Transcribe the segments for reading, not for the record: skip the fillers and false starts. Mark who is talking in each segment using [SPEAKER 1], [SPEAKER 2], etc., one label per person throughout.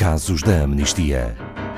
[SPEAKER 1] Casos da Amnistia.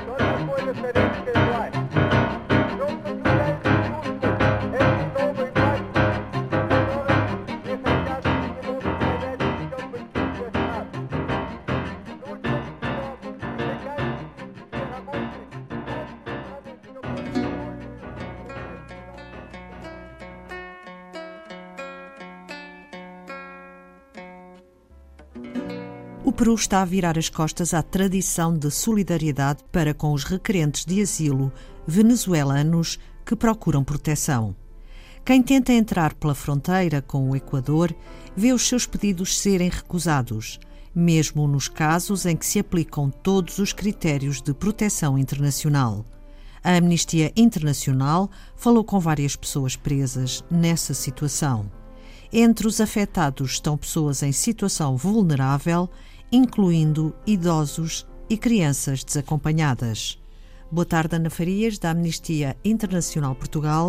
[SPEAKER 2] O Peru está a virar as costas à tradição de solidariedade para com os requerentes de asilo venezuelanos que procuram proteção. Quem tenta entrar pela fronteira com o Equador vê os seus pedidos serem recusados, mesmo nos casos em que se aplicam todos os critérios de proteção internacional. A Amnistia Internacional falou com várias pessoas presas nessa situação. Entre os afetados estão pessoas em situação vulnerável, incluindo idosos e crianças desacompanhadas. Boa tarde, Ana Farias, da Amnistia Internacional Portugal.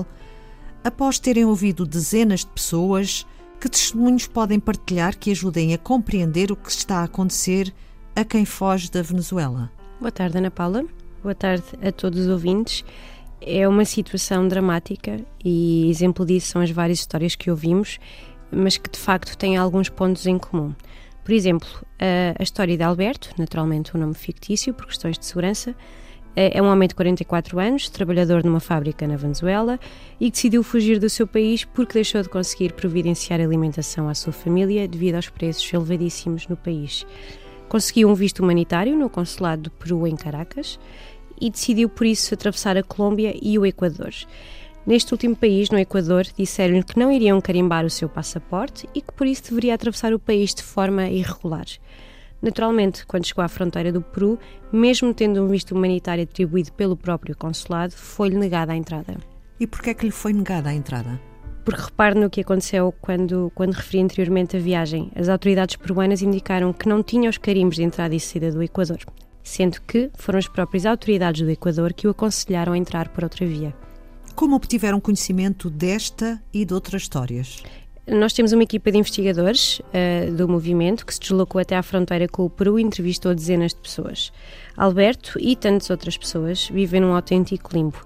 [SPEAKER 2] Após terem ouvido dezenas de pessoas, que testemunhos podem partilhar que ajudem a compreender o que está a acontecer a quem foge da Venezuela?
[SPEAKER 3] Boa tarde, Ana Paula. Boa tarde a todos os ouvintes. É uma situação dramática e exemplo disso são as várias histórias que ouvimos, mas que de facto têm alguns pontos em comum. Por exemplo, a história de Alberto, naturalmente um nome fictício por questões de segurança, é um homem de 44 anos, trabalhador numa fábrica na Venezuela e que decidiu fugir do seu país porque deixou de conseguir providenciar alimentação à sua família devido aos preços elevadíssimos no país. Conseguiu um visto humanitário no consulado do Peru em Caracas e decidiu por isso atravessar a Colômbia e o Equador. Neste último país, no Equador, disseram-lhe que não iriam carimbar o seu passaporte e que por isso deveria atravessar o país de forma irregular. Naturalmente, quando chegou à fronteira do Peru, mesmo tendo um visto humanitário atribuído pelo próprio consulado, foi-lhe negada a entrada.
[SPEAKER 2] E porquê é que lhe foi negada a entrada?
[SPEAKER 3] Porque repare no que aconteceu quando referi anteriormente a viagem. As autoridades peruanas indicaram que não tinha os carimbos de entrada e saída do Equador, sendo que foram as próprias autoridades do Equador que o aconselharam a entrar por outra via.
[SPEAKER 2] Como obtiveram conhecimento desta e de outras histórias?
[SPEAKER 3] Nós temos uma equipa de investigadores do movimento que se deslocou até à fronteira com o Peru e entrevistou dezenas de pessoas. Alberto e tantas outras pessoas vivem num autêntico limbo.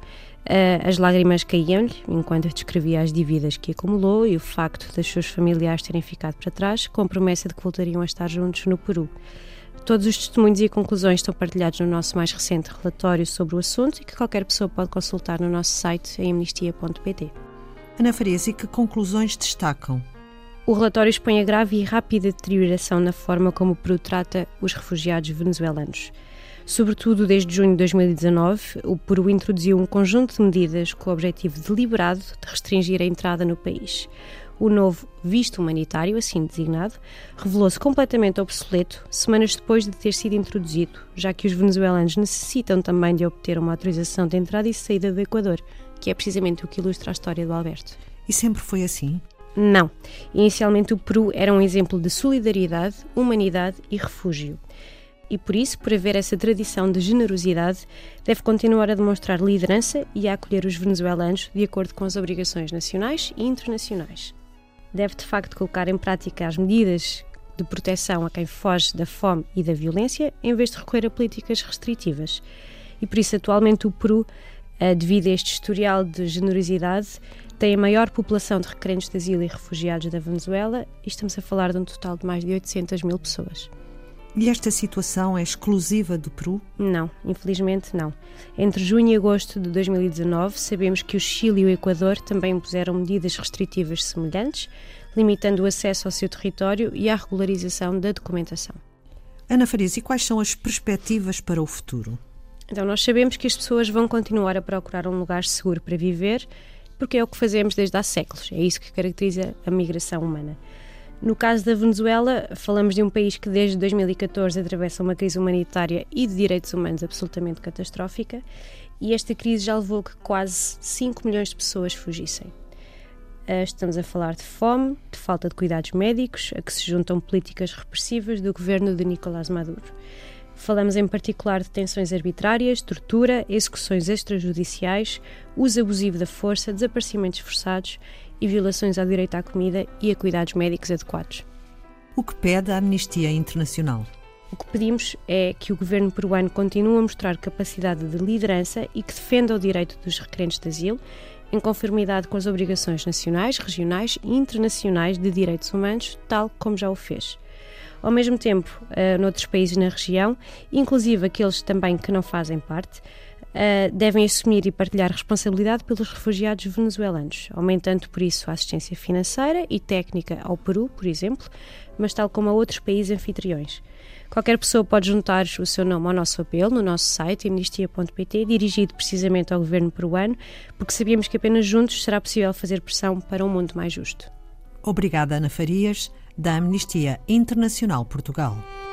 [SPEAKER 3] As lágrimas caíam-lhe enquanto descrevia as dívidas que acumulou e o facto dos seus familiares terem ficado para trás, com a promessa de que voltariam a estar juntos no Peru. Todos os testemunhos e conclusões estão partilhados no nosso mais recente relatório sobre o assunto e que qualquer pessoa pode consultar no nosso site em amnistia.pt.
[SPEAKER 2] Ana Farias, e que conclusões destacam?
[SPEAKER 3] O relatório expõe a grave e rápida deterioração na forma como o Peru trata os refugiados venezuelanos. Sobretudo desde junho de 2019, o Peru introduziu um conjunto de medidas com o objetivo deliberado de restringir a entrada no país. O novo visto humanitário, assim designado, revelou-se completamente obsoleto semanas depois de ter sido introduzido, já que os venezuelanos necessitam também de obter uma autorização de entrada e saída do Equador, que é precisamente o que ilustra a história do Alberto.
[SPEAKER 2] E sempre foi assim?
[SPEAKER 3] Não. Inicialmente o Peru era um exemplo de solidariedade, humanidade e refúgio. E por isso, por haver essa tradição de generosidade, deve continuar a demonstrar liderança e a acolher os venezuelanos de acordo com as obrigações nacionais e internacionais. Deve, de facto, colocar em prática as medidas de proteção a quem foge da fome e da violência, em vez de recorrer a políticas restritivas. E por isso, atualmente, o Peru, devido a este historial de generosidade, tem a maior população de requerentes de asilo e refugiados da Venezuela e estamos a falar de um total de mais de 800 mil pessoas.
[SPEAKER 2] E esta situação é exclusiva do Peru?
[SPEAKER 3] Não, infelizmente não. Entre junho e agosto de 2019, sabemos que o Chile e o Equador também impuseram medidas restritivas semelhantes, limitando o acesso ao seu território e a regularização da documentação.
[SPEAKER 2] Ana Farias, e quais são as perspectivas para o futuro?
[SPEAKER 3] Então, nós sabemos que as pessoas vão continuar a procurar um lugar seguro para viver, porque é o que fazemos desde há séculos. É isso que caracteriza a migração humana. No caso da Venezuela, falamos de um país que desde 2014 atravessa uma crise humanitária e de direitos humanos absolutamente catastrófica e esta crise já levou a que quase 5 milhões de pessoas fugissem. Estamos a falar de fome, de falta de cuidados médicos, a que se juntam políticas repressivas do governo de Nicolás Maduro. Falamos em particular de detenções arbitrárias, tortura, execuções extrajudiciais, uso abusivo da força, desaparecimentos forçados e violações ao direito à comida e a cuidados médicos adequados.
[SPEAKER 2] O que pede a Amnistia Internacional?
[SPEAKER 3] O que pedimos é que o governo peruano continue a mostrar capacidade de liderança e que defenda o direito dos requerentes de asilo, em conformidade com as obrigações nacionais, regionais e internacionais de direitos humanos, tal como já o fez. Ao mesmo tempo, noutros países na região, inclusive aqueles também que não fazem parte, devem assumir e partilhar responsabilidade pelos refugiados venezuelanos, aumentando por isso a assistência financeira e técnica ao Peru, por exemplo, mas tal como a outros países anfitriões. Qualquer pessoa pode juntar o seu nome ao nosso apelo no nosso site amnistia.pt, dirigido precisamente ao governo peruano, porque sabemos que apenas juntos será possível fazer pressão para um mundo mais justo.
[SPEAKER 2] Obrigada, Ana Farias, da Amnistia Internacional Portugal.